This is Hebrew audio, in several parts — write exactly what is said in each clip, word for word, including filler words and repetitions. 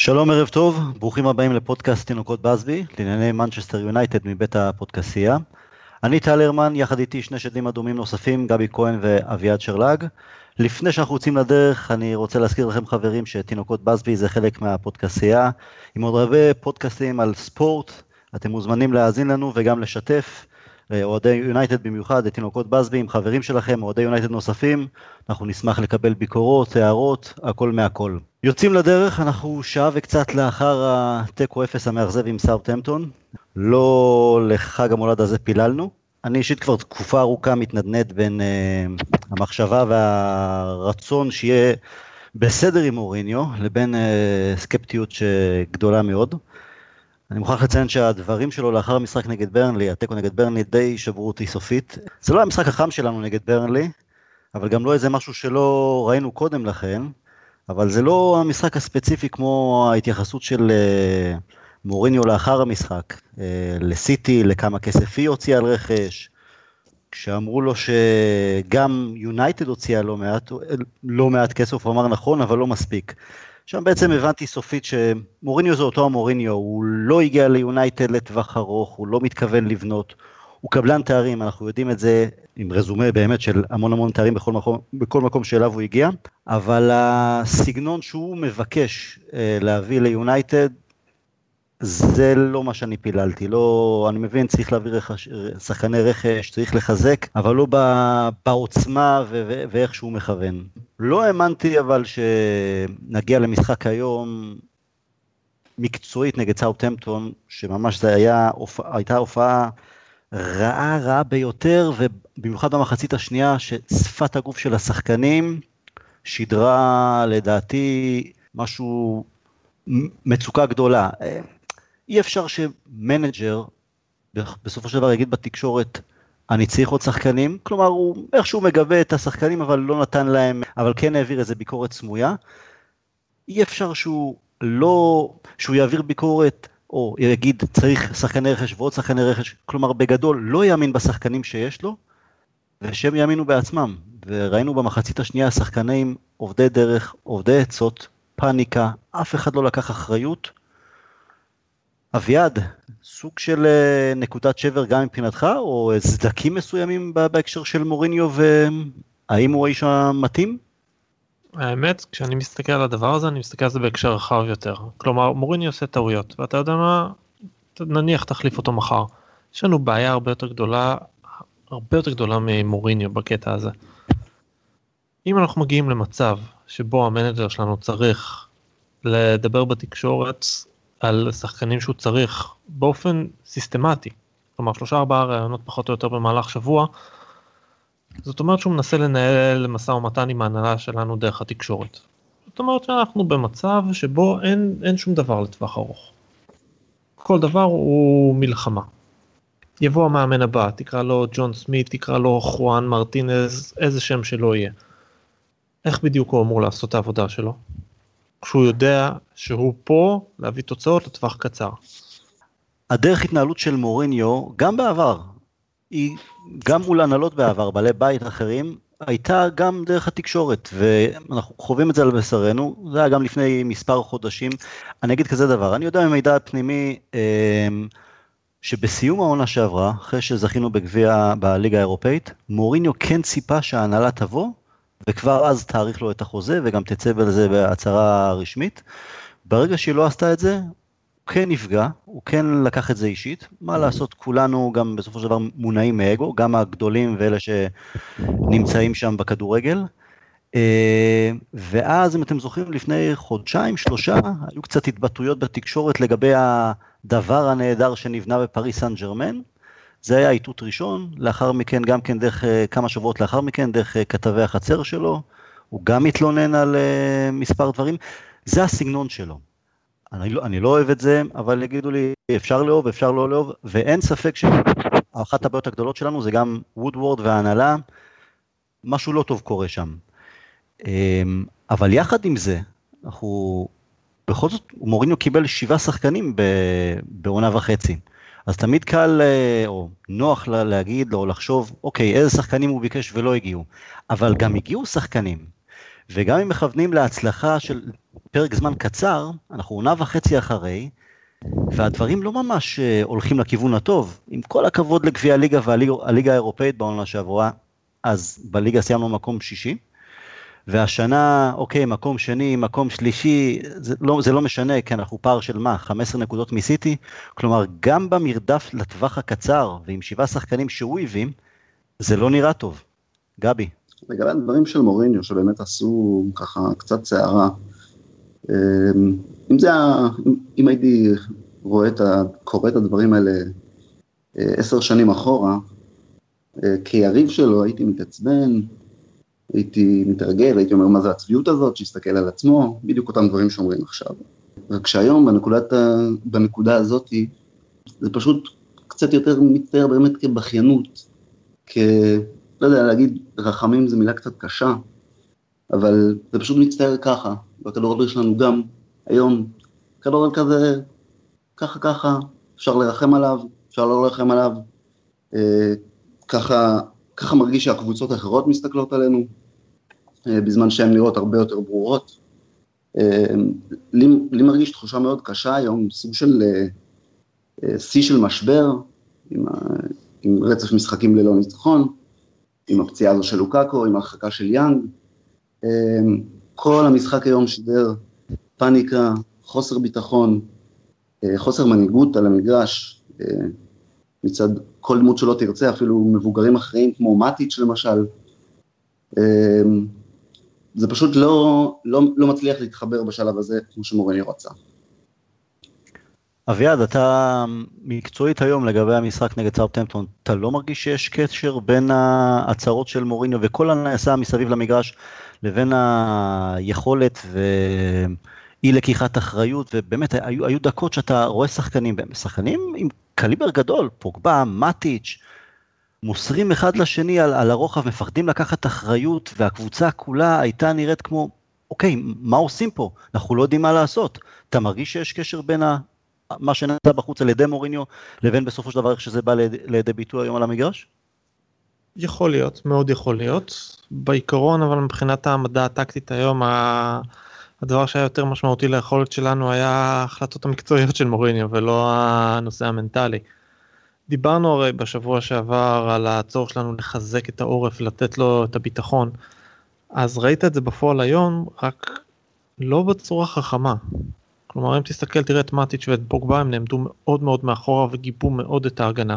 שלום, ערב טוב, ברוכים הבאים לפודקאסט תינוקות בסבי, לענייני מנצ'סטר יונייטד מבית הפודקאסייה. אני טל הרמן, יחד איתי שני שדים אדומים נוספים, גבי כהן ואביעד שרלג. לפני שאנחנו יוצאים לדרך, אני רוצה להזכיר לכם חברים שתינוקות בסבי זה חלק מהפודקאסייה. עם עוד הרבה פודקאסטים על ספורט, אתם מוזמנים להאזין לנו וגם לשתף. אוהדי יונייטד במיוחד, את תינוקות בסבי עם חברים שלכם, אוהדי יונייטד נוספים, אנחנו נשמח לקבל ביקורות, הערות, הכל מהכל. יוצאים לדרך, אנחנו שעה וקצת לאחר הטקו אפס המאכזב עם סאות'המפטון, לא לחג המולד הזה פיללנו. אני אישית כבר תקופה ארוכה מתנדנד בין uh, המחשבה והרצון שיהיה בסדר עם מוריניו, לבין uh, סקפטיות שגדולה מאוד. אני מוכרח לציין שהדברים שלו לאחר המשחק נגד ברנלי, הטקו נגד ברנלי, די שברו אותי סופית. זה לא המשחק החם שלנו נגד ברנלי, אבל גם לא איזה משהו שלא ראינו קודם לכן, אבל זה לא המשחק הספציפי כמו ההתייחסות של uh, מוריניו לאחר המשחק, uh, לסיטי, לכמה כסף היא הוציאה על רכש, כשאמרו לו שגם יונייטד הוציאה לא מעט, לא מעט כסף, הוא אמר נכון, אבל לא מספיק. שם בעצם הבנתי סופית שמוריניו זה אותו המוריניו, הוא לא הגיע ליונייטד לטווח ארוך, הוא לא מתכוון לבנות, הוא קבלן תארים, אנחנו יודעים את זה עם רזומה באמת של המון המון תארים בכל מקום, בכל מקום שאליו הוא הגיע, אבל הסגנון שהוא מבקש להביא ליונייטד, זה לא מה שאני פיללתי, לא, אני מבין, צריך להביא רכש, שחקני רכש, צריך לחזק, אבל לא בעוצמה ו- ו- ואיך שהוא מכוון. לא האמנתי אבל שנגיע למשחק היום מקצועית נגד סאות'המפטון, שממש זה היה, הייתה הופעה רעה רעה ביותר, ובמיוחד במחצית השנייה, ששפת הגוף של השחקנים שידרה לדעתי משהו מצוקה גדולה. אי אפשר שמנג'ר בסופו של דבר יגיד בתקשורת, אני צריך עוד שחקנים, כלומר הוא איכשהו מגבה את השחקנים אבל לא נתן להם, אבל כן העביר איזה ביקורת סמויה. אי אפשר שהוא לא, שהוא יעביר ביקורת או יגיד צריך שחקני רכש ועוד שחקני רכש, כלומר בגדול לא יאמין בשחקנים שיש לו, ושהם יאמינו בעצמם. וראינו במחצית השנייה שחקנים עובדי דרך, עובדי עצות, פאניקה, אף אחד לא לקח אחריות. אביעד, סוג של נקודת שבר גם מבחינתך, או סדקים מסוימים בהקשר של מוריניו, והאם הוא האיש המתאים? האמת, כשאני מסתכל על הדבר הזה, אני מסתכל על זה בהקשר רחב יותר. כלומר, מוריניו עושה טעויות, ואתה יודע מה, נניח תחליף אותו מחר. יש לנו בעיה הרבה יותר גדולה, הרבה יותר גדולה ממוריניו בקטע הזה. אם אנחנו מגיעים למצב שבו המנג'ר שלנו צריך לדבר בתקשורת על שחקנים שהוא צריך באופן סיסטמטי, כלומר שלושה ארבעה רעיונות פחות או יותר במהלך שבוע, זאת אומרת שהוא מנסה לנהל משא ומתן עם ההנהלה שלנו דרך התקשורת. זאת אומרת שאנחנו במצב שבו אין, אין שום דבר לטווח ארוך. כל דבר הוא מלחמה. יבוא המאמן הבא, תקרא לו ג'ון סמית, תקרא לו חואן מרטינז, איזה שם שלא יהיה. איך בדיוק הוא אמור לעשות את העבודה שלו? כשהוא יודע שהוא פה להביא תוצאות לטווח קצר. הדרך התנהלות של מוריניו, גם בעבר, היא גם מול הנהלות בעבר, בעלי בית אחרים, הייתה גם דרך התקשורת, ואנחנו חווים את זה על בשרנו, זה היה גם לפני מספר חודשים. אני אגיד כזה דבר, אני יודע ממידע פנימי, שבסיום העונה שעברה, אחרי שזכינו בגביע בליגה האירופאית, מוריניו כן ציפה שההנהלה תבוא, וכבר אז תאריך לו את החוזה, וגם תצא בזה בהצהרה רשמית. ברגע שהיא לא עשתה את זה, הוא כן נפגע, הוא כן לקח את זה אישית. מה לעשות, כולנו גם בסופו של דבר מונעים מאגו, גם הגדולים ואלה שנמצאים שם בכדורגל. ואז, אם אתם זוכרים, לפני חודשיים, שלושה, היו קצת התבטאויות בתקשורת לגבי הדבר הנהדר שנבנה בפריס סן ז'רמן. זה היה איתות ראשון, לאחר מכן, גם כן דרך כמה שבועות לאחר מכן, דרך כתבי החצר שלו, הוא גם מתלונן על מספר דברים, זה הסגנון שלו. אני לא, אני לא אוהב את זה, אבל יגידו לי, אפשר לאהוב, אפשר לא לאהוב, ואין ספק שאחת הבעיות הגדולות שלנו זה גם וודוורד וההנהלה, משהו לא טוב קורה שם. אבל יחד עם זה, אנחנו, בכל זאת, מוריניו קיבל שבעה שחקנים בעונה וחצי. אז תמיד קל או נוח להגיד או לחשוב, אוקיי, איזה שחקנים הוא ביקש ולא הגיעו. אבל גם הגיעו שחקנים, וגם אם מכוונים להצלחה של, פרק זמן קצר, אנחנו עונה וחצי אחרי, והדברים לא ממש הולכים לכיוון הטוב. עם כל הכבוד לגביע הליגה והליגה האירופאית בעונה שעברה, אז בליגה סיימנו מקום שישי, והשנה, אוקיי, מקום שני, מקום שלישי, זה לא, זה לא משנה, כי אנחנו פער של מה? חמש עשרה נקודות מסיטי, כלומר, גם במרדף לטווח הקצר, ועם שבעה שחקנים שהוא הביא, זה לא נראה טוב. גבי. לגבי הדברים של מוריניו, שבאמת עשו ככה קצת צערה, אם זה, אם הייתי רואה את, קורא את הדברים האלה עשר שנים אחורה, כיריב שלו הייתי מתעצבן, הייתי מתרגל, הייתי אומר מה זה הצביעות הזאת, שיסתכל על עצמו, בדיוק אותם דברים שאומרים עכשיו. רק שהיום בנקודת, בנקודה הזאת, זה פשוט קצת יותר מצטער באמת כבחיינות, כ... לא יודע, להגיד רחמים זה מילה קצת קשה, אבל זה פשוט מצטער ככה, והכדורגל שלנו גם היום, כדורגל כזה, ככה ככה, אפשר לרחם עליו, אפשר לא לרחם עליו, אה, ככה, ככה מרגיש שהקבוצות האחרות מסתכלות עלינו, אה, בזמן שהן נראות הרבה יותר ברורות. אה, לי, לי מרגיש תחושה מאוד קשה היום, סוג של אה, שיא של משבר, עם, ה, עם רצף משחקים ללא ניצחון, עם הפציעה הזו של לוקאקו, עם ההרחקה של יאנג, כל המשחק היום שידר פאניקה, חוסר ביטחון, חוסר מנהיגות על המגרש, מצד כל דמות שלא תרצה, אפילו מבוגרים אחרים כמו מטיץ' למשל, זה פשוט לא, לא, לא מצליח להתחבר בשלב הזה כמו שמוריניו רצה. אביעד, אתה מקצועית היום לגבי המשחק נגד סאות'המפטון, אתה לא מרגיש שיש קשר בין ההצהרות של מוריניו וכל הנעשה מסביב למגרש, לבין היכולת ואי לקיחת אחריות, ובאמת היו, היו דקות שאתה רואה שחקנים, שחקנים עם קליבר גדול, פוגבה, מטיץ', מוסרים אחד לשני על, על הרוחב, מפחדים לקחת אחריות, והקבוצה כולה הייתה נראית כמו, אוקיי, מה עושים פה? אנחנו לא יודעים מה לעשות. אתה מרגיש שיש קשר בין ה... מה שנעשה בחוץ על ידי מוריניו, לבין בסופו של דבר איך שזה בא לידי ביטוי היום על המגרש? יכול להיות, מאוד יכול להיות. בעיקרון, אבל מבחינת העמדה הטקטית היום, הדבר שהיה יותר משמעותי ליכולת שלנו היה ההחלטות המקצועיות של מוריניו, ולא הנושא המנטלי. דיברנו הרי בשבוע שעבר על הצורך שלנו לחזק את העורף, לתת לו את הביטחון. אז ראית את זה בפועל היום, רק לא בצורה חכמה. כלומר, אם תסתכל, תראה את מטיץ' ואת פוגבה, הם נעמדו מאוד מאוד מאחורה וגיבו מאוד את ההגנה.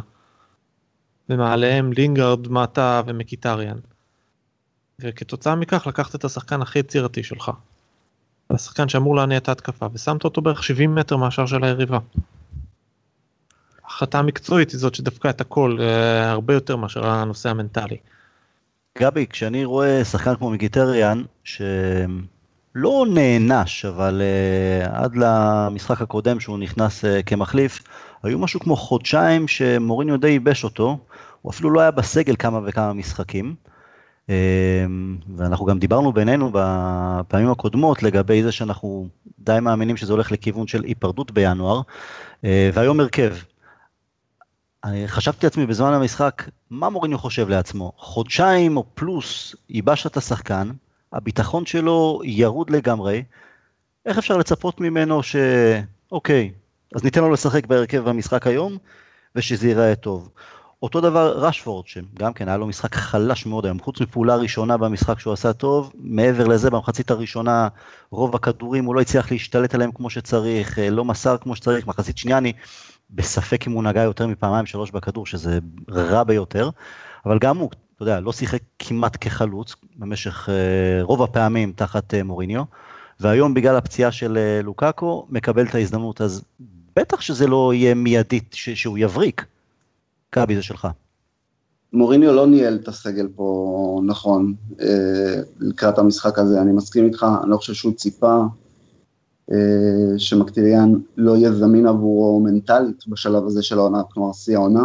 ומעליהם לינגרד, מטה ומקיטריאן. וכתוצאה מכך לקחת את השחקן הכי יצירתי שלך. השחקן שאמור להניע את ההתקפה, ושמת אותו בערך שבעים מטר מהשאר של היריבה. ההחלטה המקצועית היא זאת שדווקא את הכל אה, הרבה יותר מאשר הנושא המנטלי. גבי, כשאני רואה שחקן כמו מקיטריאן, ש... לא נענש, אבל uh, עד למשחק הקודם שהוא נכנס uh, כמחליף, היו משהו כמו חודשיים שמוריניו די ייבש אותו, הוא אפילו לא היה בסגל כמה וכמה משחקים, uh, ואנחנו גם דיברנו בינינו בפעמים הקודמות לגבי זה שאנחנו די מאמינים שזה הולך לכיוון של היפרדות בינואר, uh, והיום הרכב. אני חשבתי לעצמי בזמן המשחק, מה מוריניו חושב לעצמו? חודשיים או פלוס ייבש את השחקן, הביטחון שלו ירוד לגמרי, איך אפשר לצפות ממנו ש... אוקיי, אז ניתן לו לשחק בהרכב במשחק היום, ושזה ייראה טוב. אותו דבר רשפורד, שגם כן היה לו משחק חלש מאוד היום, חוץ מפעולה ראשונה במשחק שהוא עשה טוב, מעבר לזה במחצית הראשונה, רוב הכדורים הוא לא הצליח להשתלט עליהם כמו שצריך, לא מסר כמו שצריך, מחצית שנייה אני בספק אם הוא נגע יותר מפעמיים שלוש בכדור, שזה רע ביותר, אבל גם הוא, אתה יודע, לא שיחק כמעט כחלוץ, במשך uh, רוב הפעמים תחת uh, מוריניו, והיום בגלל הפציעה של uh, לוקאקו, מקבל את ההזדמנות, אז בטח שזה לא יהיה מיידית, ש- שהוא יבריק. קאבי, זה שלך. מוריניו לא ניהל את הסגל פה נכון, אה, לקראת המשחק הזה, אני מסכים איתך, אני לא חושב שהוא ציפה, אה, שמקטיריאן לא יהיה זמין עבורו מנטלית, בשלב הזה של העונה, כלומר, שיא העונה,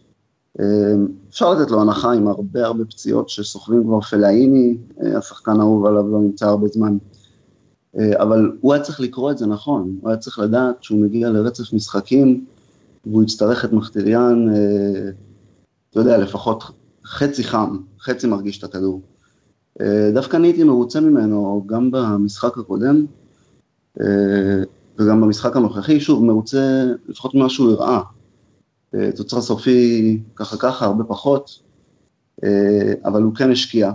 אפשר לתת לו הנחה עם הרבה הרבה פציעות שסוחבים כבר פלאיני, השחקן האהוב עליו לא נמצא הרבה זמן, אבל הוא היה צריך לקרוא את זה נכון, הוא היה צריך לדעת שהוא מגיע לרצף משחקים, והוא יצטרך את מקטיריאן, אתה יודע, לפחות חצי חם, חצי מרגיש את הכדור. דווקא אני הייתי מרוצה ממנו, גם במשחק הקודם, וגם במשחק הנוכחי, שוב, מרוצה לפחות ממה שהוא הראה. תוצר סופי ככה ככה, הרבה פחות, אבל הוא כן השקיע.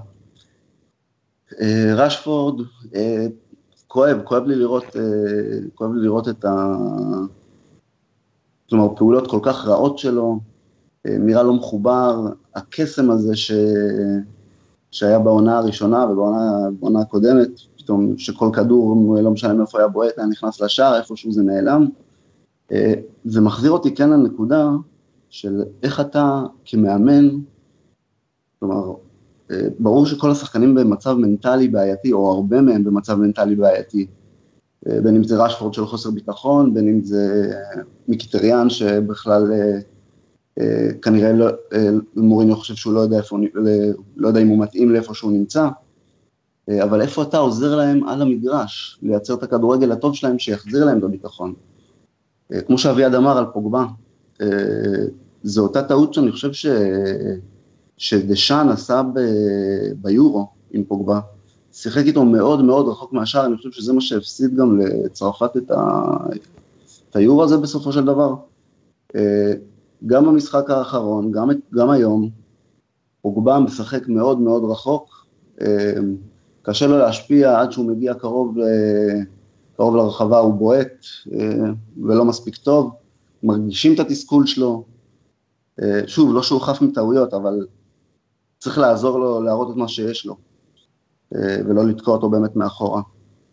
רשפורד, כואב, כואב לי לראות, כואב לי לראות את ה... כלומר, פעולות כל כך רעות שלו, נראה לא מחובר, הקסם הזה ש... שהיה בעונה הראשונה ובעונה הקודמת, פתאום שכל כדור, לא משנה מאיפה היה בועט, היה נכנס לשער, איפשהו זה נעלם, זה מחזיר אותי כן לנקודה של איך אתה כמאמן, כלומר, ברור שכל השחקנים במצב מנטלי בעייתי, או הרבה מהם במצב מנטלי בעייתי, בין אם זה רשפורד של חוסר ביטחון, בין אם זה מיקיטריאן שבכלל כנראה לא, מוריניו חושב שהוא לא יודע, איפה, לא יודע אם הוא מתאים לאיפה שהוא נמצא, אבל איפה אתה עוזר להם על המגרש, לייצר את הכדורגל הטוב שלהם שיחזיר להם בביטחון. כמו שאביעד אמר על פוגבה, זו אותה טעות שאני חושב ש... שדשאן עשה ב... ביורו עם פוגבה, שיחק איתו מאוד מאוד רחוק מהשאר, אני חושב שזה מה שהפסיד גם לצרפת את, ה... את היורו הזה בסופו של דבר. גם במשחק האחרון, גם, גם היום, פוגבה משחק מאוד מאוד רחוק, קשה לו להשפיע עד שהוא מגיע קרוב, קרוב לרחבה, הוא בועט ולא מספיק טוב, מרגישים את התסכול שלו, שוב, לא שהוא חף מטעויות, אבל צריך לעזור לו להראות את מה שיש לו, ולא לתקוע אותו באמת מאחורה.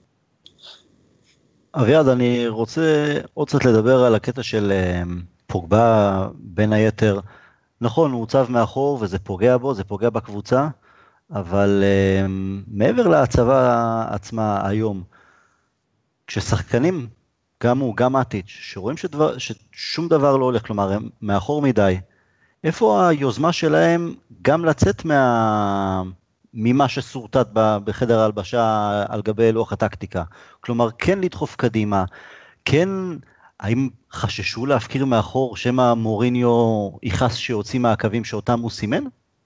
אביעד, אני רוצה עוד קצת לדבר על הקטע של פוגבה בין היתר. נכון, הוא הוצב מאחור וזה פוגע בו, זה פוגע בקבוצה, אבל uh, מעבר להצבה עצמה היום, כששחקנים, גם הוא, גם אטיץ', שרואים שדבר, ששום דבר לא הולך, כלומר, הם מאחור מדי, איפה היוזמה שלהם גם לצאת מה, ממה שסורטט בחדר ההלבשה על גבי לוח הטקטיקה? כלומר, כן לדחוף קדימה, כן, האם חששו להפקיר מאחור, שמה מוריניו ייחס שיוצאים מהקווים שאותם הוא סימן?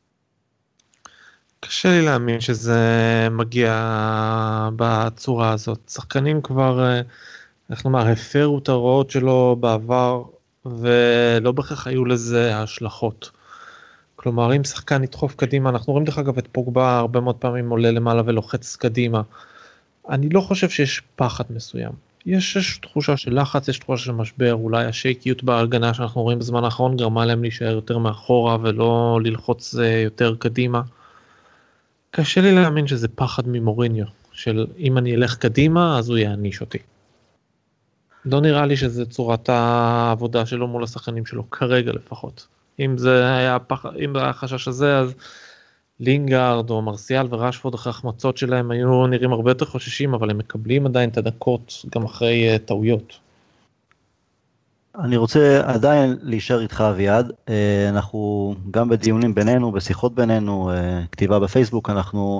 קשה לי להאמין שזה מגיע בצורה הזאת. שחקנים כבר, איך נאמר, הפרו את ההוראות שלו בעבר, ולא בכך היו לזה השלכות. כלומר, אם שחקן ידחוף קדימה, אנחנו רואים דרך אגב את פוגבה הרבה מאוד פעמים עולה למעלה ולוחץ קדימה. אני לא חושב שיש פחד מסוים. יש, יש תחושה של לחץ, יש תחושה של משבר, אולי השייקיות בהגנה שאנחנו רואים בזמן האחרון גרמה להם להישאר יותר מאחורה ולא ללחוץ יותר קדימה. קשה לי להאמין שזה פחד ממוריניו, של אם אני אלך קדימה אז הוא יעניש אותי. לא נראה לי שזה צורת העבודה שלו מול השחקנים שלו, כרגע לפחות. אם זה היה פח... אם זה היה החשש הזה, אז לינגארד או מרסיאל ורשפורד אחרי החמצות שלהם היו נראים הרבה יותר חוששים, אבל הם מקבלים עדיין את הדקות גם אחרי uh, טעויות. אני רוצה עדיין להישאר איתך אביעד, אנחנו גם בדיונים בינינו, בשיחות בינינו, כתיבה בפייסבוק, אנחנו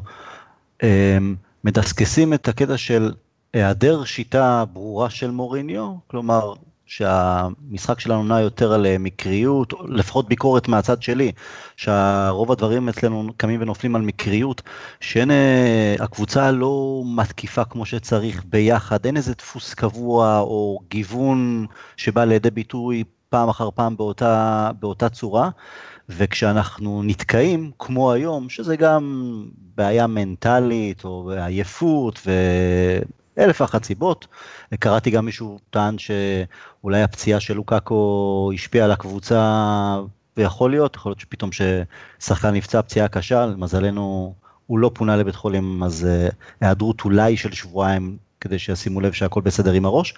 מדסקסים את הקטע של היעדר שיטה ברורה של מוריניו, כלומר שהמשחק שלנו נע יותר על מקריות, לפחות ביקורת מהצד שלי, שהרוב הדברים אצלנו קמים ונופלים על מקריות, שאין, הקבוצה לא מתקיפה כמו שצריך ביחד, אין איזה דפוס קבוע או גיוון שבא לידי ביטוי פעם אחר פעם באותה, באותה צורה, וכשאנחנו נתקעים כמו היום, שזה גם בעיה מנטלית או עייפות ו... אלף אחת סיבות, קראתי גם מישהו טען שאולי הפציעה של לוקאקו השפיעה על הקבוצה, ויכול להיות, יכול להיות שפתאום ששחקן נפצע פציעה קשה, למזלנו הוא לא פונה לבית חולים, אז היעדרות אולי של שבועיים, כדי שישימו לב שהכל בסדר עם הראש.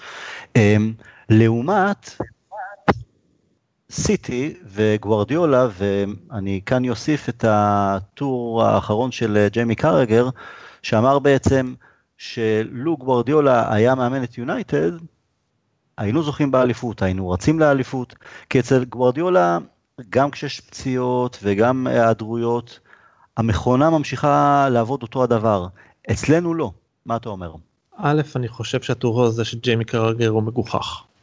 לעומת סיטי וגוארדיולה, ואני כאן יוסיף את הטור האחרון של ג'יימי קרגר, שאמר בעצם, שלו גוארדיולה היה מאמן את יונייטד, היינו זוכים באליפות, היינו רצים לאליפות, כי אצל גוארדיולה, גם כשיש פציעות וגם היעדרויות, המכונה ממשיכה לעבוד אותו הדבר. אצלנו לא. מה אתה אומר? א', אני חושב שהטור הזה של ג'יימי קרגר הוא מגוחך.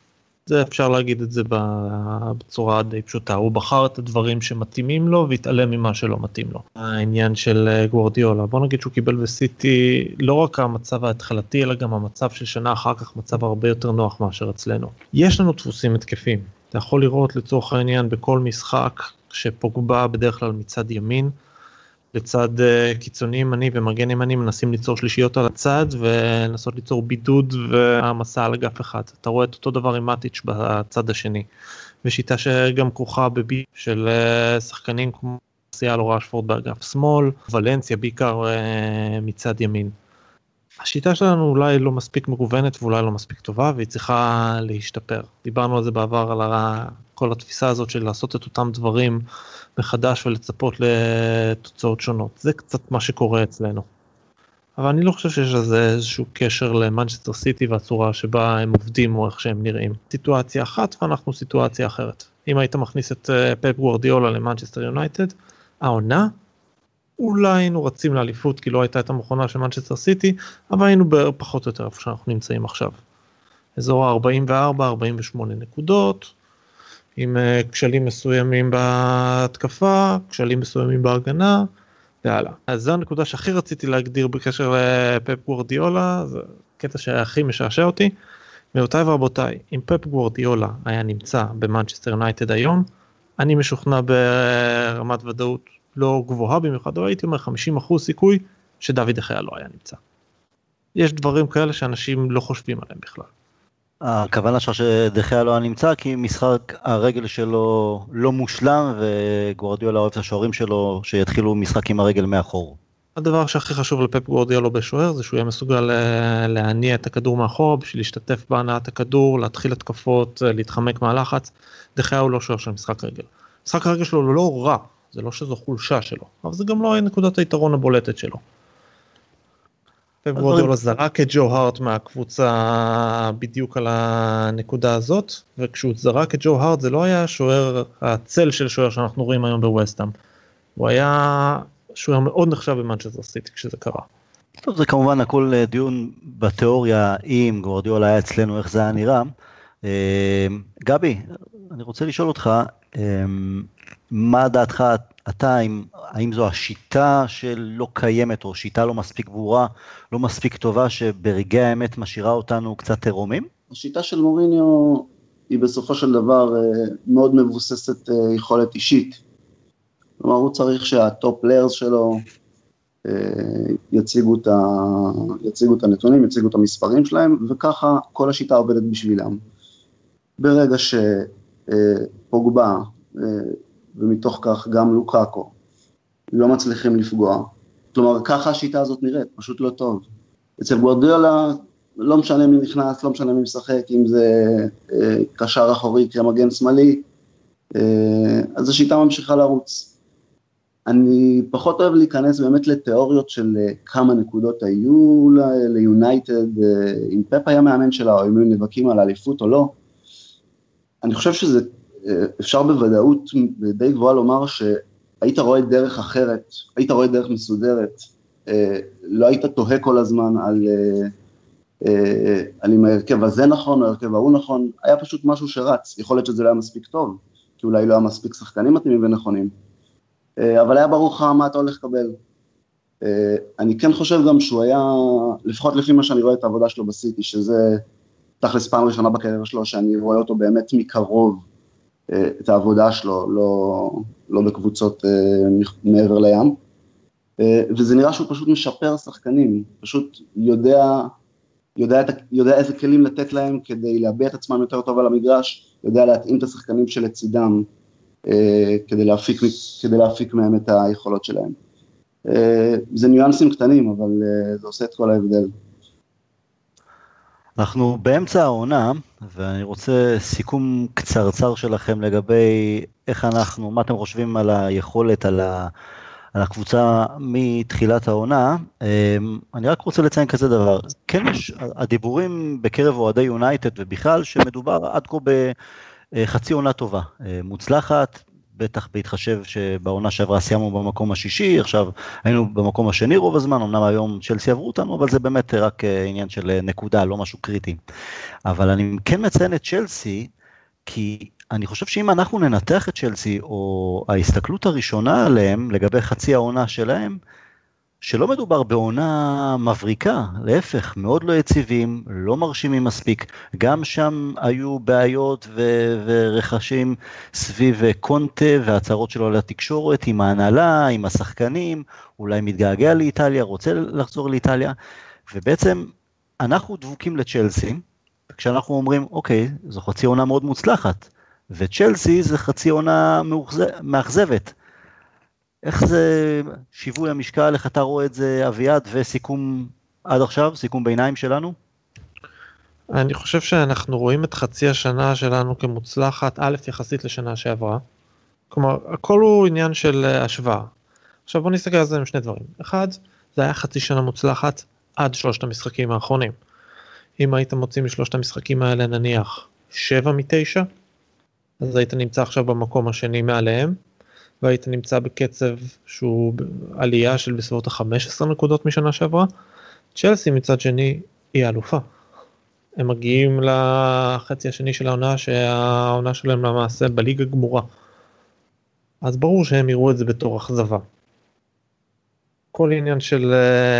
זה אפשר להגיד את זה בצורה די פשוטה, הוא בחר את הדברים שמתאימים לו והתעלם ממה שלא מתאים לו. העניין של גוארדיולה, בוא נגיד שהוא קיבל בסיטי לא רק המצב ההתחלתי אלא גם המצב של שנה אחר כך מצב הרבה יותר נוח מאשר אצלנו. יש לנו דפוסים התקפים, אתה יכול לראות לצורך העניין בכל משחק שפוגבה בדרך כלל מצד ימין, לצד קיצוני ימני ומגן ימני מנסים ליצור שלישיות על הצד ולנסות ליצור בידוד והמסע על אגף אחד. אתה רואה את אותו דבר עם מטיץ' בצד השני. ושיטה שגם כרוכה בבי של שחקנים כמו סיאל או רשפורד באגף שמאל, ולנסיה בעיקר מצד ימין. השיטה שלנו אולי לא מספיק מגוונת ואולי לא מספיק טובה והיא צריכה להשתפר. דיברנו על זה בעבר על כל התפיסה הזאת של לעשות את אותם דברים מחדש ולצפות לתוצאות שונות. זה קצת מה שקורה אצלנו. אבל אני לא חושב שיש לזה איזשהו קשר למנצ'סטר סיטי והצורה שבה הם עובדים או איך שהם נראים. סיטואציה אחת ואנחנו סיטואציה אחרת. אם היית מכניס את פפ גוארדיולה למנצ'סטר יונייטד, העונה, אולי היינו רצים לאליפות כי לא הייתה את המכונה של מנצ'סטר סיטי, אבל היינו פחות או יותר איפה שאנחנו נמצאים עכשיו. אזור ה-ארבעים וארבע ארבעים ושמונה נקודות, עם כשלים מסוימים בהתקפה, כשלים מסוימים בהגנה, והלאה. אז זו הנקודה שהכי רציתי להגדיר בקשר לפפ גוארדיולה, זה קטע שהכי משעשע אותי. גבירותיי ורבותיי, אם פפ גוארדיולה היה נמצא במנצ'סטר יונייטד היום, אני משוכנע ברמת ודאות לא גבוהה במיוחד, אבל הייתי אומר חמישים אחוז סיכוי שדוד דחיה לא היה נמצא. יש דברים כאלה שאנשים לא חושבים עליהם בכלל. הכוונה שלך שדחיה לא היה נמצא, כי משחק הרגל שלו לא מושלם, וגוארדיולה אוהב את השוערים שלו שיתחילו משחק עם הרגל מאחור. הדבר שהכי חשוב לפפ גוארדיולה בשוער, זה שהוא יהיה מסוגל להניע את הכדור מאחור, בשביל להשתתף בהנעת הכדור, להתחיל התקפות, להתחמק מהלחץ. דחיה הוא לא שוער של משחק רגל. משחק הרגל שלו לא רע, זה לא שזו חולשה שלו, אבל זה גם לא נקודת היתרון הבולטת שלו. פפ גוארדיולה זרק את ג'ו הארט מהקבוצה בדיוק על הנקודה הזאת, וכשהוא זרק את ג'ו הארט זה לא היה שוער, הצל של שוער שאנחנו רואים היום בווסטהאם, הוא היה שוער מאוד נחשב במנצ'סטר סיטי כשזה קרה. טוב, זה כמובן הכל דיון בתיאוריה, אם גוארדיולה היה אצלנו, איך זה היה נראה. גבי, אני רוצה לשאול אותך, מה דעתך אתה, האם זו השיטה שלא קיימת, או שיטה לא מספיק ברורה, לא מספיק טובה, שברגעי האמת משאירה אותנו קצת עירומים? השיטה של מוריניו היא בסופו של דבר מאוד מבוססת יכולת אישית. כלומר, הוא צריך שהטופ פליירס שלו יציגו את, ה... יציגו את הנתונים, יציגו את המספרים שלהם, וככה כל השיטה עובדת בשבילם. ברגע שפוגבה, ומתוך כך גם לוקאקו, לא מצליחים לפגוע. כלומר, ככה השיטה הזאת נראית, פשוט לא טוב. אצל גוארדיולה, לא משנה מי נכנס, לא משנה מי משחק, אם זה אה, קשר אחורי, כמגן שמאלי, אה, אז השיטה ממשיכה לרוץ. אני פחות אוהב להיכנס באמת לתיאוריות של אה, כמה נקודות היו ליונייטד, אה, אם פפ היה מאמן שלה, או אם הם נבקים על האליפות או לא. אני חושב שזה, אפשר בוודאות די גבוהה לומר שהיית רואה דרך אחרת, היית רואה דרך מסודרת, לא היית תוהה כל הזמן על, על אם ההרכב הזה נכון או ההרכב ההוא נכון, היה פשוט משהו שרץ, יכול להיות שזה לא היה מספיק טוב, כי אולי לא היה מספיק שחקנים מתאימים ונכונים, אבל היה ברור לך מה אתה הולך לקבל. אני כן חושב גם שהוא היה, לפחות לפי מה שאני רואה את העבודה שלו בסיטי, שזה תכלס פעם ראשונה בקריירה שלו, שאני רואה אותו באמת מקרוב, את העבודה שלו, לא, לא בקבוצות מעבר לים, וזה נראה שהוא פשוט משפר שחקנים, פשוט יודע, יודע, את, יודע איזה כלים לתת להם כדי להביע את עצמם יותר טוב על המגרש, יודע להתאים את השחקנים שלצידם, כדי להפיק, כדי להפיק מהם את היכולות שלהם. זה ניואנסים קטנים, אבל זה עושה את כל ההבדל. אנחנו באמצע העונה, ואני רוצה סיכום קצרצר שלכם לגבי איך אנחנו, מה אתם חושבים על היכולת, על, ה, על הקבוצה מתחילת העונה. אני רק רוצה לציין כזה דבר, כן יש הדיבורים בקרב אוהדי יונייטד ובכלל, שמדובר עד כה בחצי עונה טובה, מוצלחת, בטח בהתחשב שבעונה שעברה סיימנו במקום השישי, עכשיו היינו במקום השני רוב הזמן, אמנם היום צ'לסי עברו אותנו, אבל זה באמת רק עניין של נקודה, לא משהו קריטי. אבל אני כן מציין את צ'לסי, כי אני חושב שאם אנחנו ננתח את צ'לסי, או ההסתכלות הראשונה עליהם, לגבי חצי העונה שלהם, שלא מדובר בעונה מבריקה, להפך, מאוד לא יציבים, לא מרשימים מספיק, גם שם היו בעיות ו- ורכשים סביב קונטה והצהרות שלו לתקשורת, עם ההנהלה, עם השחקנים, אולי מתגעגע לאיטליה, רוצה לחזור לאיטליה, ובעצם אנחנו דבוקים לצ'לסי, כשאנחנו אומרים, אוקיי, זו חצי עונה מאוד מוצלחת, וצ'לסי זה חצי עונה מאכזבת, איך זה שיווי המשקל, איך אתה רואה את זה אביעד, וסיכום עד עכשיו, סיכום ביניים שלנו? אני חושב שאנחנו רואים את חצי השנה שלנו כמוצלחת, א' יחסית לשנה שעברה, כלומר, הכל הוא עניין של השוואה. עכשיו בוא נסתכל על זה עם שני דברים. אחד, זה היה חצי שנה מוצלחת עד שלושת המשחקים האחרונים. אם היית מוציא משלושת המשחקים האלה נניח שבע מתשע, אז היית נמצא עכשיו במקום השני מעליהם, והיית נמצא בקצב שהוא עלייה של בסביבות ה-חמש עשרה נקודות משנה שעברה. צ'לסי מצד שני היא אלופה. הם מגיעים לחצי השני של העונה, שהעונה שלהם למעשה בליגה גמורה. אז ברור שהם יראו את זה בתור אכזבה. כל עניין של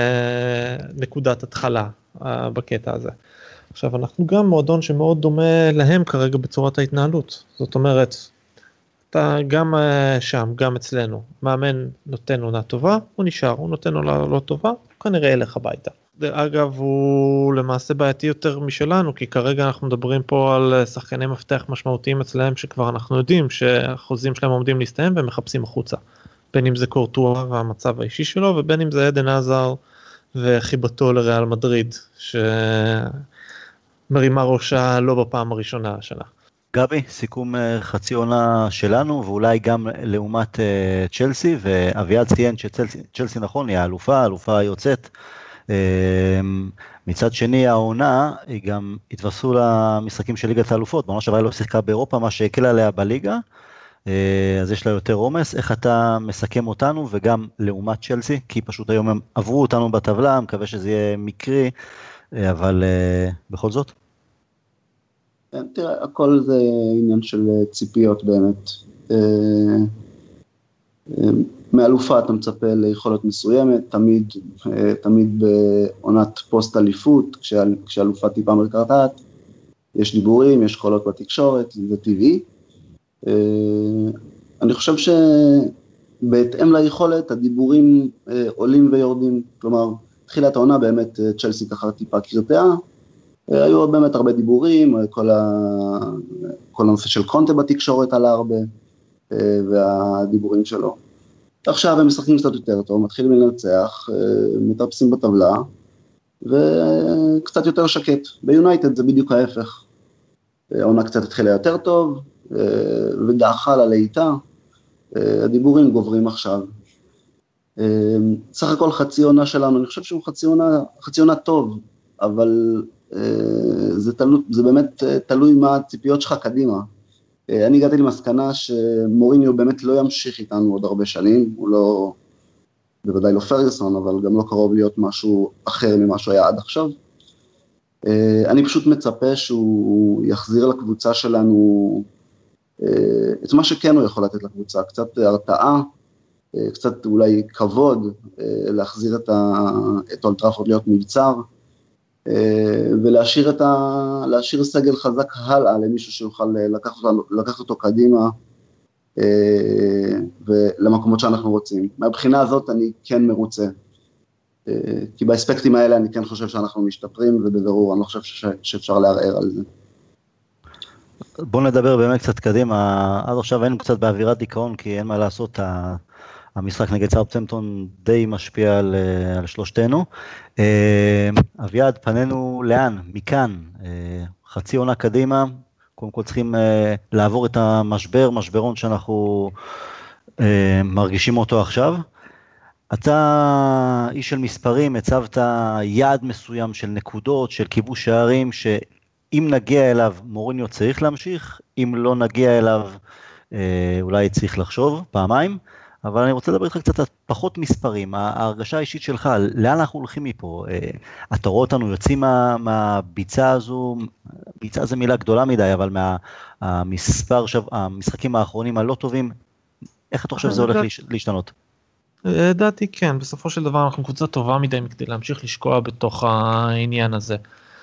נקודת התחלה בקטע הזה. עכשיו אנחנו גם מועדון שמאוד דומה להם כרגע בצורת ההתנהלות. זאת אומרת, אתה גם שם, גם אצלנו, מאמן נותן עונה טובה, הוא נשאר, הוא נותן עונה לא טובה, הוא כנראה ילך הביתה. אגב, הוא למעשה בעייתי יותר משלנו, כי כרגע אנחנו מדברים פה על שחקני מפתח משמעותיים אצלהם, שכבר אנחנו יודעים שהחוזים שלהם עומדים להסתיים, והם מחפשים החוצה. בין אם זה קורטואה והמצב האישי שלו, ובין אם זה עדן עזר וחיבתו לריאל מדריד, שמרימה ראשה לא בפעם הראשונה השנה. גבי, סיכום חצי עונה שלנו, ואולי גם לעומת צ'לסי, ואביעד ציין שצ'לסי נכון, היא האלופה, האלופה יוצאת. מצד שני, העונה, היא גם התווספו למשחקים של ליגת האלופות, בעונה שעברה לא שיחקה באירופה, מה שהקל עליה בליגה, אז יש לה יותר עומס. איך אתה מסכם אותנו, וגם לעומת צ'לסי, כי פשוט היום הם עברו אותנו בטבלה, מקווה שזה יהיה מקרי, אבל בכל זאת. תראה, הכל זה עניין של ציפיות באמת. מאלופה אתה מצפה ליכולת מסוימת, תמיד, תמיד בעונת פוסט אליפות, כשאלופה טיפה מרקרטעת, יש דיבורים, יש קולות בתקשורת, זה טבעי. אני חושב שבהתאם ליכולת, הדיבורים עולים ויורדים, כלומר, תחילת העונה באמת צ'לסי ככה טיפה קרטעה, היו עוד באמת הרבה דיבורים, כל, ה... כל הנושא של קונטה בתקשורת עלה הרבה, והדיבורים שלו. עכשיו הם משחקים קצת יותר טוב, מתחילים לנצח, מטפסים בטבלה, וקצת יותר שקט. ביונייטד זה בדיוק ההפך. העונה קצת התחילה יותר טוב, ודעכה לה לאיתה, הדיבורים גוברים עכשיו. סך הכל חצי עונה שלנו, אני חושב שהוא חצי עונה, חצי עונה טוב, אבל זה, תלו, זה באמת תלוי מה הציפיות שלך קדימה. אני הגעתי למסקנה שמוריניו באמת לא ימשיך איתנו עוד הרבה שנים, הוא לא, בוודאי לא פרגוסון, אבל גם לא קרוב להיות משהו אחר ממה שהוא היה עד עכשיו. אני פשוט מצפה שהוא יחזיר לקבוצה שלנו את מה שכן הוא יכול לתת לקבוצה, קצת הרתעה, קצת אולי כבוד, להחזיר את, ה, את אולד טראפורד להיות מבצר, ולהשאיר את ה... להשאיר סגל חזק הלאה למישהו שיוכל לקחת, לקחת אותו קדימה ולמקומות שאנחנו רוצים. מהבחינה הזאת אני כן מרוצה, כי באספקטים האלה אני כן חושב שאנחנו משתפרים, ובבירור אני לא חושב ש... שאפשר לערער על זה. בואו נדבר באמת קצת קדימה. עד עכשיו היינו קצת באווירת דיכאון, כי אין מה לעשות, ה... המשחק נגד סאות'המפטון די משפיע על, על שלושתנו. אביעד, פנינו לאן? מכאן, חצי עונה קדימה, קודם כל צריכים לעבור את המשבר, משברון שאנחנו מרגישים אותו עכשיו. אתה איש של מספרים, הצבת יעד מסוים של נקודות, של כיבוש שערים, שאם נגיע אליו מוריניו צריך להמשיך, אם לא נגיע אליו אולי צריך לחשוב פעמיים, אבל אני רוצה לדבר איתך קצת על פחות מספרים, ההרגשה האישית שלך, לאן אנחנו הולכים מפה? אתה רואה אותנו יוצאים מה, מהביצה הזו, ביצה זה מילה גדולה מדי, אבל מהמספר, המשחקים האחרונים הלא טובים, איך אתה חושב שזה הולך להשתנות? דעתי כן, בסופו של דבר אנחנו קבוצה טובה מדי כדי להמשיך לשקוע בתוך העניין הזה.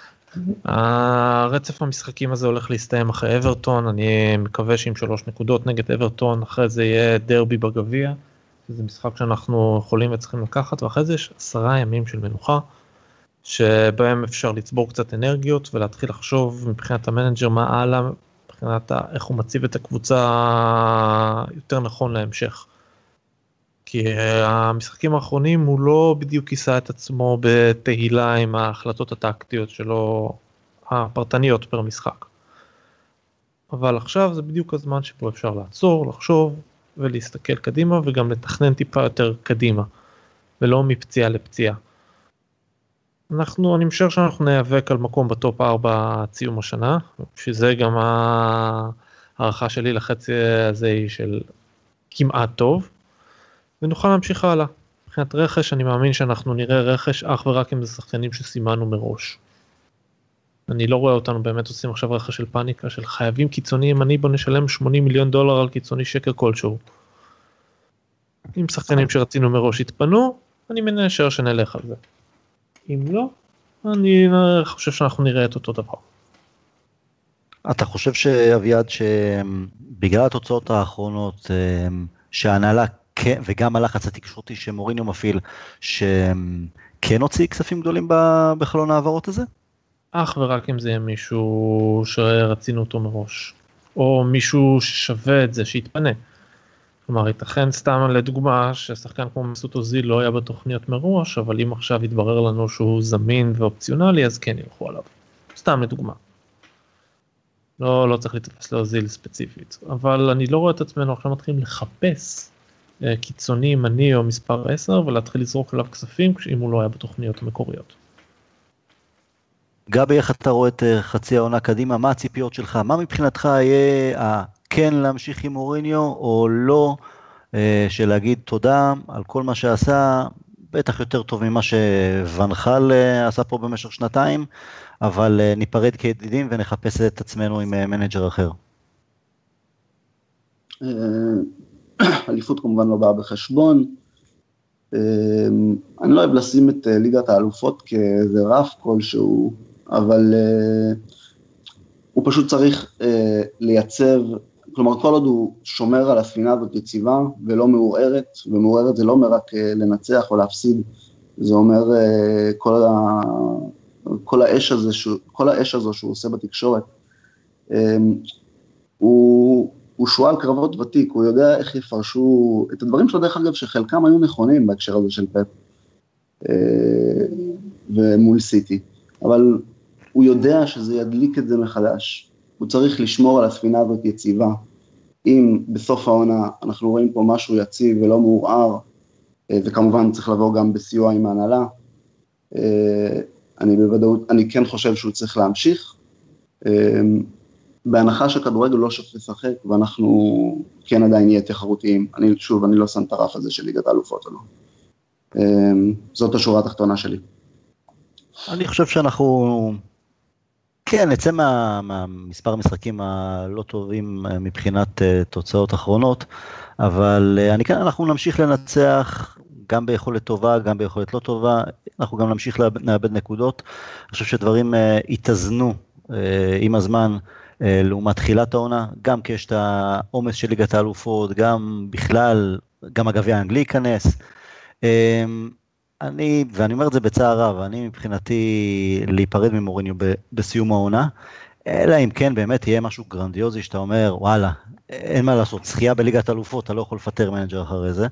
הרצף המשחקים הזה הולך להסתיים אחרי אברטון, אני מקווה שעם שלוש נקודות נגד אברטון, אחרי זה יהיה דרבי בגביע, שזה משחק שאנחנו יכולים וצריכים לקחת, ואחרי זה יש עשרה ימים של מנוחה, שבהם אפשר לצבור קצת אנרגיות, ולהתחיל לחשוב מבחינת המנג'ר מה הלאה, מבחינת איך הוא מציב את הקבוצה יותר נכון להמשך. כי המשחקים האחרונים הוא לא בדיוק כיסה את עצמו בתהילה עם ההחלטות הטקטיות שלו, הפרטניות פר משחק. אבל עכשיו זה בדיוק הזמן שבו אפשר לעצור, לחשוב ולהסתכל קדימה וגם לתכנן טיפה יותר קדימה, ולא מפציעה לפציעה. אנחנו, אני משער שאנחנו נאבק על מקום בטופ ארבע ציום השנה, שזה גם הערכה שלי לחצי הזה של כמעט טוב, ונוכל להמשיך הלאה. מבחינת רכש, אני מאמין שאנחנו נראה רכש אך ורק עם שחקנים שסימנו מראש. אני לא רואה אותנו באמת עושים עכשיו רכש של פאניקה, של חייבים קיצוניים, אני בוא נשלם שמונים מיליון דולר על קיצוני שקר כלשהו. אם שחקנים שרצינו מראש התפנו, אני מנשר שנלך על זה. אם לא, אני חושב שאנחנו נראה את אותו דבר. אתה חושב שאביעד, שבגלל התוצאות האחרונות, שההנהלה וגם הלחץ התקשורתי שמוריניו מפעיל, שכן הוציא כספים גדולים בחלון העברות הזה? אך ורק אם זה יהיה מישהו שרצינו אותו מראש, או מישהו ששווה את זה, שיתפנה. כלומר, ייתכן סתם לדוגמה, ששחקן כמו מסות אוזיל לא היה בתוכניות מראש, אבל אם עכשיו יתברר לנו שהוא זמין ואופציונלי, אז כן ילכו עליו. סתם לדוגמה. לא, לא צריך להתייחס לאוזיל ספציפית, אבל אני לא רואה את עצמנו, עכשיו מתחילים לחפש קיצוני ימני או מספר עשר, ולהתחיל לזרוק עליו כספים, אם הוא לא היה בתוכניות המקוריות. גבי, איך אתה רואה את חצי העונה קדימה? מה הציפיות שלך? מה מבחינתך יהיה כן להמשיך עם מוריניו, או לא, של להגיד תודה על כל מה שעשה, בטח יותר טוב ממה שונחל עשה פה במשך שנתיים, אבל ניפרד כידידים ונחפש את עצמנו עם מנג'ר אחר. אליפות כמובן לא באה בחשבון, אני לא אוהב לשים את ליגת האלופות כאיזה רף כלשהו, אבל הוא פשוט צריך לייצב, כלומר כל עוד הוא שומר על הספינה הזאת יציבה ולא מעורערת, ומעורערת זה לא אומר רק לנצח או להפסיד, זה אומר כל, ה, כל, האש הזה, כל האש הזו שהוא עושה בתקשורת, הוא... הוא שואל קרבות ותיק, הוא יודע איך יפרשו את הדברים שלו, דרך אגב, שחלקם היו נכונים בהקשר הזה של פפ, ומול סיטי, אבל הוא יודע שזה ידליק את זה מחדש, הוא צריך לשמור על הספינה הזאת יציבה, אם בסוף העונה אנחנו רואים פה משהו יציב ולא מעורער, וכמובן צריך לבוא גם בסיוע עם ההנהלה, אני בוודאות, אני כן חושב שהוא צריך להמשיך, בהנחה שכדורגל לא שווה לשחק, ואנחנו כן עדיין נהיה תחרותיים. אני, שוב, אני לא שם את הרף הזה של ליגת האלופות או לא. זאת השורה התחתונה שלי. אני חושב שאנחנו, כן, נצא מה, מהמספר המשחקים הלא טובים מבחינת תוצאות אחרונות, אבל אני כן, אנחנו נמשיך לנצח גם ביכולת טובה, גם ביכולת לא טובה, אנחנו גם נמשיך לאבד נקודות. אני חושב שדברים יתאזנו עם הזמן, לעומת תחילת העונה, גם כי יש את העומס של ליגת האלופות, גם בכלל, גם הגביע האנגלי ייכנס. אני, ואני אומר את זה בצער רב, אני מבחינתי להיפרד ממוריניו בסיום העונה, אלא אם כן באמת יהיה משהו גרנדיוזי שאתה אומר, וואלה, אין מה לעשות, זכייה בליגת האלופות, אתה לא יכול לפטר מנג'ר אחרי זה.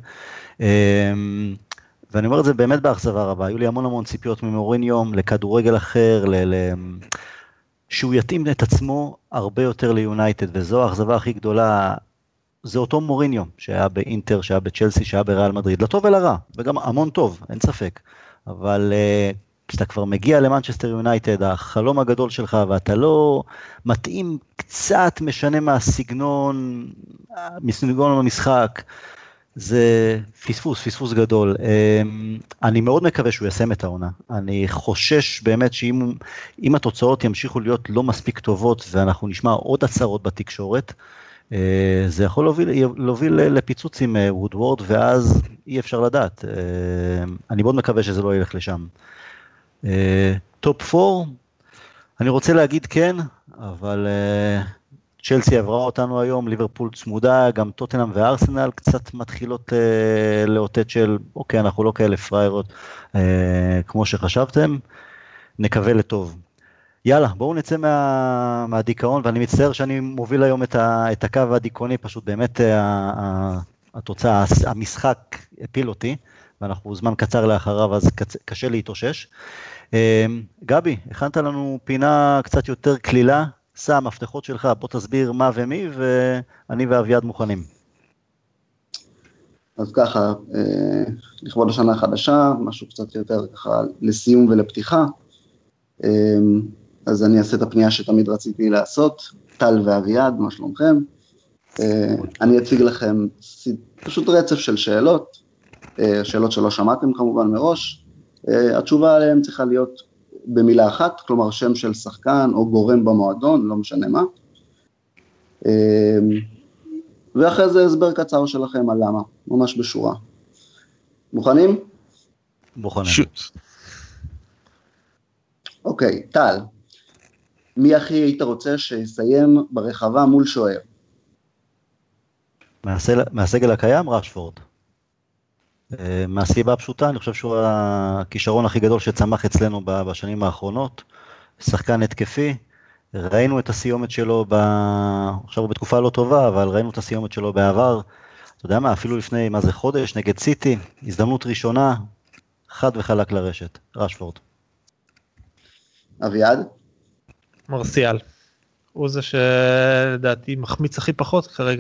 ואני אומר את זה באמת באכזבה רבה, היו לי המון המון ציפיות ממוריניו, לכדורגל אחר, ל... שהוא יתאים את עצמו הרבה יותר ליונייטד, וזו האכזבה הכי גדולה, זה אותו מוריניו, שהיה באינטר, שהיה בצ'לסי, שהיה בריאל מדריד, לטוב ולרע, וגם המון טוב, אין ספק, אבל uh, כשאתה כבר מגיע למנצ'סטר יונייטד, החלום הגדול שלך, ואתה לא מתאים קצת משנה מהסגנון, מסגנון המשחק, זה פספוס, פספוס גדול. אני מאוד מקווה שהוא יסיים את העונה. אני חושש באמת שאם התוצאות ימשיכו להיות לא מספיק טובות, ואנחנו נשמע עוד הצהרות בתקשורת, זה יכול להוביל, להוביל לפיצוץ עם וודוורד, ואז אי אפשר לדעת. אני מאוד מקווה שזה לא ילך לשם. טופ ארבע, אני רוצה להגיד כן, אבל צ'לסי עברה אותנו היום, ליברפול צמודה, גם טוטנהאם וארסנל קצת מתחילות לאותת של, אוקיי, אנחנו לא כאלה פריירות כמו שחשבתם, נקווה לטוב. יאללה, בואו נצא מה, מהדיכאון, ואני מצטער שאני מוביל היום את, ה, את הקו הדיכאוני, פשוט באמת ה, התוצאה, המשחק הפיל אותי, ואנחנו זמן קצר לאחריו, אז קשה להתאושש. גבי, הכנת לנו פינה קצת יותר כלילה, סע המפתחות שלך, בוא תסביר מה ומי, ואני ואביעד מוכנים. אז ככה, לכבוד השנה החדשה, משהו קצת יותר ככה לסיום ולפתיחה, אז אני אעשה את הפנייה שתמיד רציתי לעשות, טל ואביעד, מה שלומכם? אני אציג לכם פשוט רצף של שאלות, שאלות שלא שמעתם כמובן מראש, התשובה עליהן צריכה להיות במילה אחת, כלומר שם של שחקן או גורם במועדון, לא משנה מה, ואחרי זה הסבר קצר שלכם על למה, ממש בשורה. מוכנים? מוכנים. שוט. אוקיי, טל, מי הכי היית רוצה שיסיים ברחבה מול שוער? מהסגל, מהסגל הקיים, רשפורד. מהסיבה הפשוטה, אני חושב שהוא הכישרון הכי גדול שצמח אצלנו בשנים האחרונות, שחקן התקפי, ראינו את הסיומת שלו, ב... עכשיו הוא בתקופה לא טובה, אבל ראינו את הסיומת שלו בעבר, אתה יודע מה, אפילו לפני, מה זה חודש, נגד סיטי, הזדמנות ראשונה, חד וחלק לרשת, רשפורד. אביעד? מרסיאל. הוא זה שלדעתי מחמיץ הכי פחות כרגע.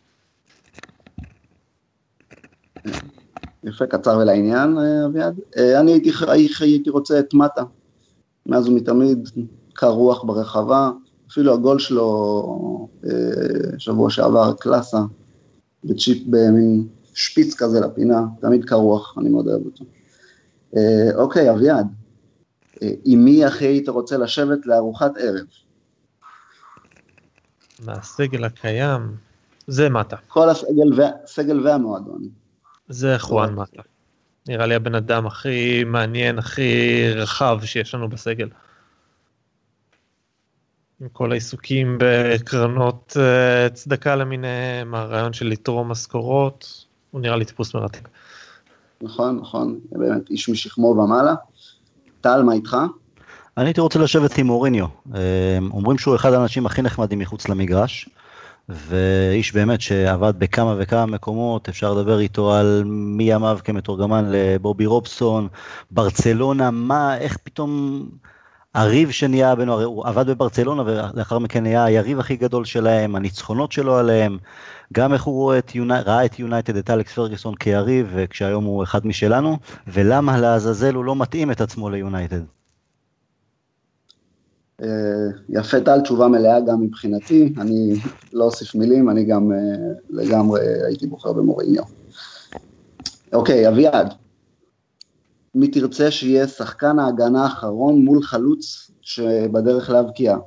יפה, קצר ולעניין, אביעד. אני הייתי, הייתי רוצה את מטה, מאז ומתמיד, קר רוח ברחבה, אפילו הגול שלו שבוע שעבר, קלאסה, בצ'יפ במין שפיץ כזה לפינה, תמיד קר רוח, אני מאוד אוהב אותו. אוקיי, אביעד, עם מי הכי היית רוצה לשבת לארוחת ערב? מהסגל הקיים, זה מטה. כל הסגל, הסגל והמועדון. זה חואן מטה. נראה לי הבן אדם הכי מעניין, הכי רחב שיש לנו בסגל. עם כל העיסוקים בקרנות צדקה למיניהם, הרעיון של לתרום משכורות, הוא נראה לי טיפוס מרתק. נכון, נכון, באמת איש משכמו ומעלה. טל, מה איתך? אני הייתי רוצה לשבת עם מוריניו. אומרים שהוא אחד האנשים הכי נחמדים מחוץ למגרש, ואיש באמת שעבד בכמה וכמה מקומות, אפשר לדבר איתו על מי ימיו כמתורגמן לבובי רובסון, ברצלונה, מה, איך פתאום הריב שנהיה בינו, הוא עבד בברצלונה ולאחר מכן נהיה היריב הכי גדול שלהם, הניצחונות שלו עליהם, גם איך הוא ראה את, יוני, ראה את יונייטד, את אלכס פרגוסון כיריב, וכשהיום הוא אחד משלנו, ולמה לעזאזל הוא לא מתאים את עצמו ליונייטד? יפה טל, תשובה מלאה גם מבחינתי, אני לא אוסיף מילים, אני גם לגמרי הייתי בוחר במוריניו. אוקיי, אביעד, מי תרצה שיהיה שחקן ההגנה האחרון מול חלוץ שבדרך להבקיע?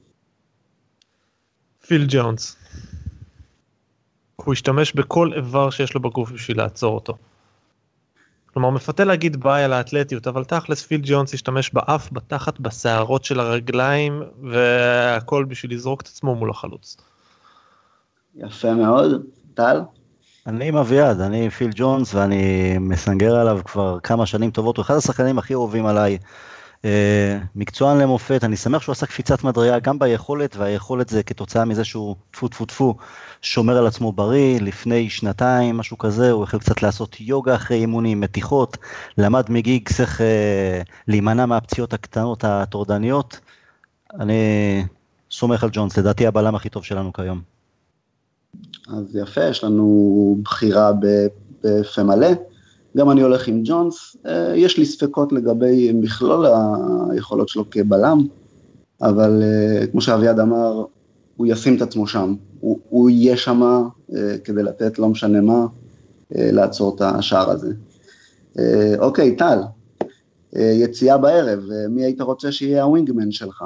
פיל ג'ונס. הוא ישתמש בכל איבר שיש לו בגוף בשביל לעצור אותו. כלומר, הוא מפתה להגיד ביי על האתלטיות, אבל תכלס פיל ג'ונס ישתמש באף, בתחת, בשערות של הרגליים, והכל בשביל לזרוק את עצמו מול החלוץ. יפה מאוד. טל? אני עם אביעד, אני פיל ג'ונס, ואני מסנגר עליו כבר כמה שנים טובות, הוא אחד השחקנים הכי אוהבים עליי, מקצוען למופת, אני שמח שהוא עשה קפיצת מדרגה גם ביכולת, והיכולת זה כתוצאה מזה שהוא טפו טפו טפו, שומר על עצמו בריא, לפני שנתיים, משהו כזה, הוא החל קצת לעשות יוגה אחרי אימונים, מתיחות, למד מגיג, צריך אה, להימנע מהפציעות הקטנות הטורדניות, אני סומך על ג'ונס, לדעתי הבלם הכי טוב שלנו כיום. אז יפה, יש לנו בחירה בפה מלא, גם אני הולך עם ג'ונס, יש לי ספקות לגבי מכלול היכולות שלו כבלם, אבל כמו שאביעד אמר, הוא ישים את עצמו שם, הוא, הוא יהיה שם אה, כדי לתת לא משנה מה, אה, לעצור את השער הזה. אה, אוקיי, טל, אה, יציאה בערב, אה, מי היית רוצה שיהיה הווינגמן שלך?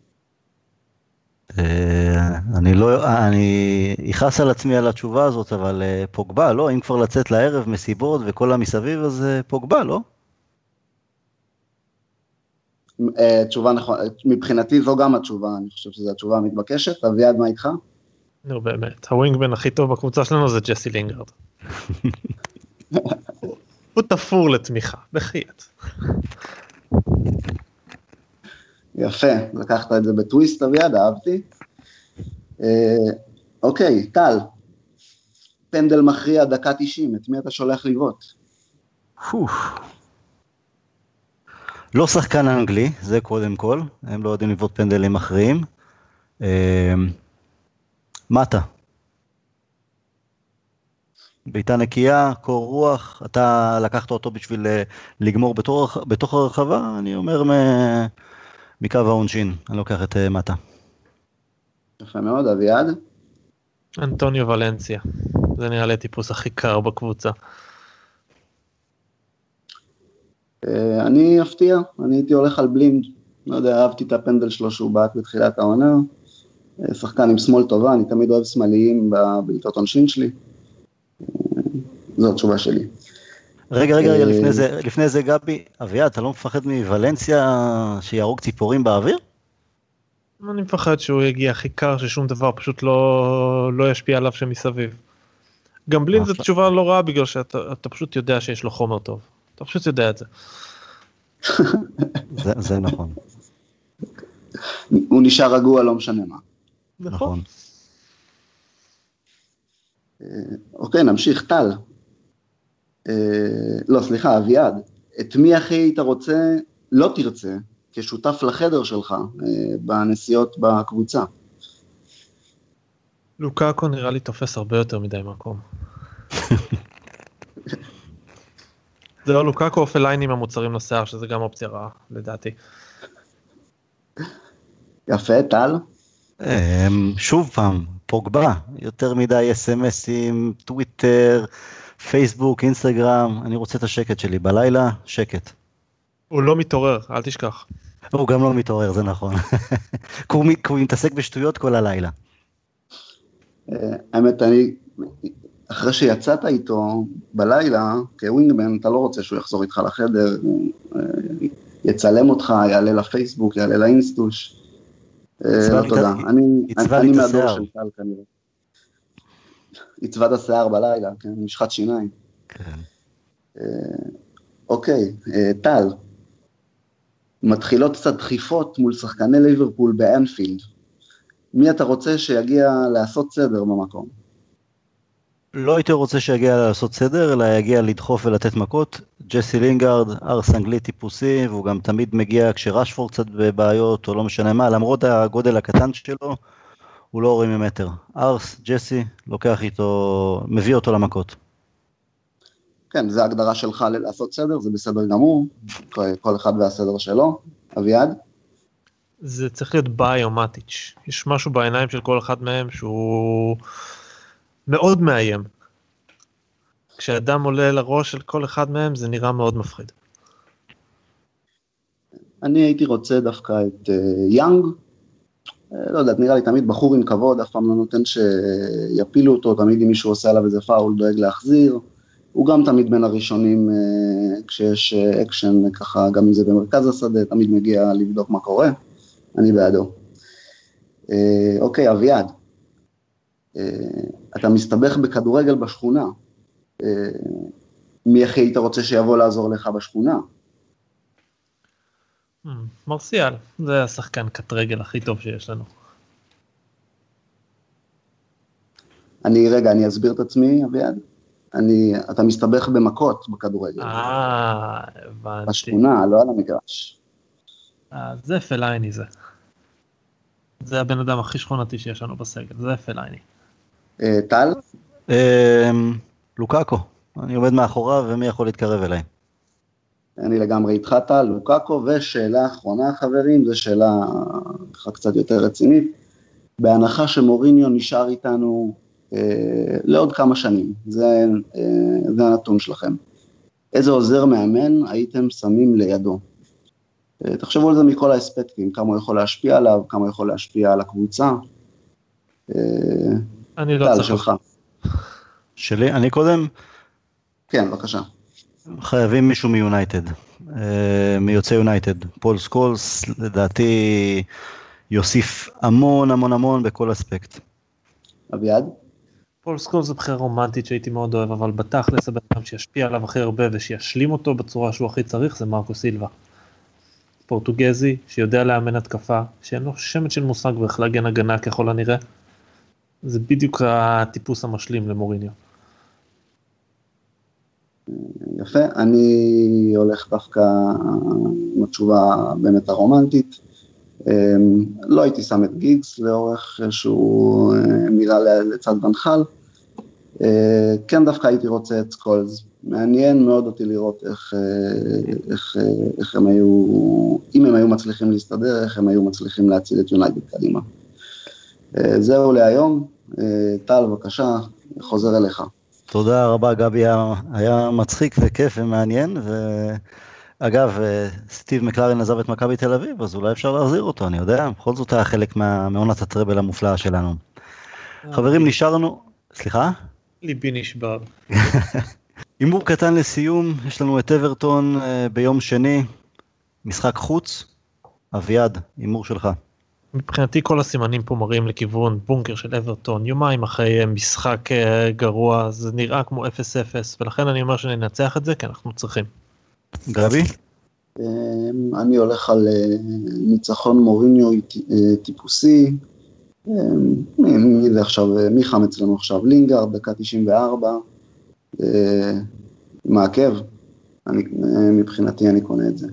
אה, אני לא, אני אכעס על עצמי על התשובה הזאת, אבל אה, פוגבה, לא? אם כבר לצאת לערב, מסיבות וכל המסביב, אז אה, פוגבה, לא? אה, תשובה נכון, מבחינתי זו גם התשובה, אני חושב שזו התשובה המתבקשת. אביעד, מה איתך? נו באמת, הווינגמן הכי טוב בקבוצה שלנו זה ג'סי לינגרד. הוא תפור לתמיכה, בחייאת. יפה, לקחת את זה בטוויסט, אביעד, אהבתי. אה, אוקיי, טל, פנדל מכריע דקה תשעים, את מי אתה שולח לבעוט? פוף. לא שחקן אנגלי, זה קודם כל, הם לא יודעים לבעוט פנדלים מכריעים. אה, מטה. בעיטה נקייה, קור רוח, אתה לקחת אותו בשביל אה, לגמור בתוך, בתוך הרחבה, אני אומר מ, מקו העונשין, אני לוקח את אה, מטה. יפה מאוד, אביעד. אנטוניו ולנסיה, זה נראה לי הטיפוס הכי קר בקבוצה. אה, אני אפתיע, אני הייתי הולך על בלינד, לא יודע, אהבתי את הפנדל שלו שהוא בעט בתחילת העונה, אה, שחקן עם שמאל טובה, אני תמיד אוהב שמאליים בבעיטות עונשין שלי, אה, זו התשובה שלי. רגע, רגע, רגע, לפני זה, לפני זה גבי, אביעד, אתה לא מפחד מוולנסיה שירוג ציפורים באוויר? אני מפחד שהוא יגיע הכי קר ששום דבר פשוט לא, לא ישפיע עליו שמסביב. גם בלין זו תשובה לא רעה בגלל שאתה אתה פשוט יודע שיש לו חומר טוב. אתה פשוט יודע את זה. זה, זה נכון. הוא נשאר רגוע, לא משנה מה. נכון. אוקיי, נמשיך, טל. לא, סליחה, אביעד. את מי הכי היית רוצה, לא תרצה, כשותף לחדר שלך, בנסיעות בקבוצה? לוקאקו נראה לי תופס הרבה יותר מדי מקום. זה לא לוקאקו או פלייני מהמוצרים לשיער, שזה גם אופציה רעה, לדעתי. יפה, טל. שוב פעם, פוגבה, יותר מדי אס אם אסים, טוויטר, פייסבוק, אינסטגרם, אני רוצה את השקט שלי, בלילה, שקט. הוא לא מתעורר, אל תשכח. הוא גם לא מתעורר, זה נכון. כי הוא מתעסק בשטויות כל הלילה. האמת, אני, אחרי שיצאת איתו בלילה, כווינגמן, אתה לא רוצה שהוא יחזור איתך לחדר, יצלם אותך, יעלה לפייסבוק, יעלה לאינסטוש. לא תודה, אני מהדור של טל כנראה. יצבד השיער בלילה, כן, משחת שיניים. אוקיי, טל, מתחילות קצת דחיפות מול שחקני ליברפול באנפילד. מי אתה רוצה שיגיע לעשות סדר במקום? לא הייתי רוצה שיגיע לעשות סדר, אלא יגיע לדחוף ולתת מכות. ג'סי לינגארד, ארס אנגלי טיפוסי, והוא גם תמיד מגיע כשרשפורד קצת בבעיות, או לא משנה מה, למרות הגודל הקטן שלו, הוא לא הורים ממטר. ארס, ג'סי, לוקח איתו, מביא אותו למכות. כן, זה ההגדרה שלך לעשות סדר, זה בסדר גמור, כל אחד והסדר שלו. אביעד? זה צריך להיות ביי או מטיץ'. יש משהו בעיניים של כל אחד מהם שהוא מאוד מאיים. כשאדם עולה לראש של כל אחד מהם, זה נראה מאוד מפחיד. אני הייתי רוצה דווקא את יאנג, לא יודעת, נראה לי תמיד בחור עם כבוד, אף פעם לא נותן שיפילו אותו, תמיד אם מישהו עושה עליו איזה פאול דואג להחזיר, הוא גם תמיד בין הראשונים, כשיש אקשן ככה, גם אם זה במרכז השדה, תמיד מגיע לבדוק מה קורה, אני בעדו. אוקיי, אביעד, אתה מסתבך בכדורגל בשכונה, מי הכי היית רוצה שיבוא לעזור לך בשכונה? מרסיאל, זה השחקן קט רגל הכי טוב שיש לנו. אני, רגע, אני אסביר את עצמי, אביעד. אני, אתה מסתבך במכות בכדורגל. אה, הבנתי. בשכונה, לא על המגרש. אה, זה פלייני זה. זה הבן אדם הכי שכונתי שיש לנו בסגל, זה פלייני. אה, טל? אה, לוקאקו, אני עומד מאחוריו ומי יכול להתקרב אליי? אני לגמרי איתך טל, לוקאקו, ושאלה אחרונה חברים, זו שאלה קצת יותר רצינית. בהנחה שמוריניו נשאר איתנו אה, לעוד כמה שנים, זה, אה, זה הנתון שלכם. איזה עוזר מאמן הייתם שמים לידו? אה, תחשבו על זה מכל האספקטים, כמה הוא יכול להשפיע עליו, כמה הוא יכול להשפיע על הקבוצה. אה, אני לא צריך. שלך. שלי, אני קודם? כן, בבקשה. חייבים מישהו מיונייטד, מיוצא יונייטד. פול סקולס, לדעתי, יוסיף המון המון המון בכל אספקט. אביעד? פול סקולס זה בחירה רומנטית שהייתי מאוד אוהב, אבל בתכלס הבן שישפיע עליו הכי הרבה ושישלים אותו בצורה שהוא הכי צריך, זה מרקו סילבה. פורטוגזי, שיודע לאמן התקפה, שאין לו שמץ של מושג ואיך להגן הגנה ככל הנראה. זה בדיוק הטיפוס המשלים למוריניו. יפה, אני הולך דווקא עם התשובה באמת הרומנטית. לא הייתי שם את גיגס לאורך שהוא נראה לצד ונחל. כן, דווקא הייתי רוצה את סקולס. מעניין מאוד אותי לראות איך, איך, איך הם היו, אם הם היו מצליחים להסתדר, איך הם היו מצליחים להציל את יונייטד קדימה. זהו להיום. טל, בבקשה, חוזר אליך. תודה רבה גבי, היה מצחיק וכיף ומעניין, ואגב, סטיב מקלרן עזב את מכבי תל אביב, אז אולי אפשר להחזיר אותו, אני יודע, בכל זאת היה חלק מעונת הטראבל המופלאה שלנו. חברים, נשארנו, סליחה? ליבי נשבר. הימור קטן לסיום, יש לנו את אברטון ביום שני, משחק חוץ, אביעד, הימור שלך. מבחינתי כל הסימנים פה מראים לכיוון בונקר של אברטון, יומיים אחרי משחק גרוע, זה נראה כמו אפס אפס, ולכן אני אומר שננצח את זה, כי אנחנו צריכים. גבי? אני הולך על ניצחון מוריניו טיפוסי, מי זה עכשיו, מי חם אצלנו עכשיו? לינגארד, דקה תשעים וארבע, מעכב, מבחינתי אני קונה את זה.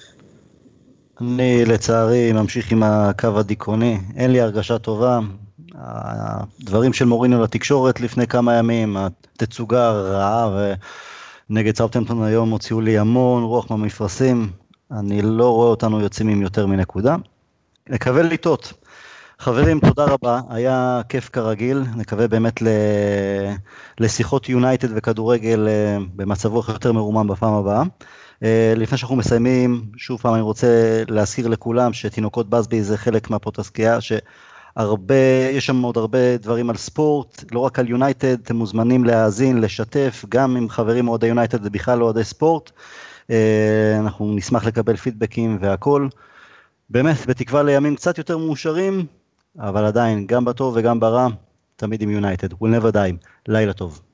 אני לצערי ממשיך עם הקו הדיכאוני, אין לי הרגשה טובה, הדברים של מוריניו לתקשורת לפני כמה ימים, התצוגה הרעה ונגד סאות'המפטון היום הוציאו לי המון רוח מהמפרשים, אני לא רואה אותנו יוצאים עם יותר מנקודה, נקווה לטעות. חברים, תודה רבה, היה כיף כרגיל, נקווה באמת לשיחות יונייטד וכדורגל במצבו יותר מרומם בפעם הבאה. לפני שאנחנו מסיימים, שוב פעם אני רוצה להזכיר לכולם שתינוקות בסבי זה חלק מהפודקאסט, שהרבה, יש שם עוד הרבה דברים על ספורט, לא רק על יונייטד, אתם מוזמנים להאזין, לשתף, גם עם חברים אוהדי יונייטד ובכלל לא אוהדי ספורט, אנחנו נשמח לקבל פידבקים והכל, באמת בתקווה לימים קצת יותר מאושרים, אבל עדיין גם בטוב וגם ברע, תמיד עם יונייטד, we'll never die, לילה טוב.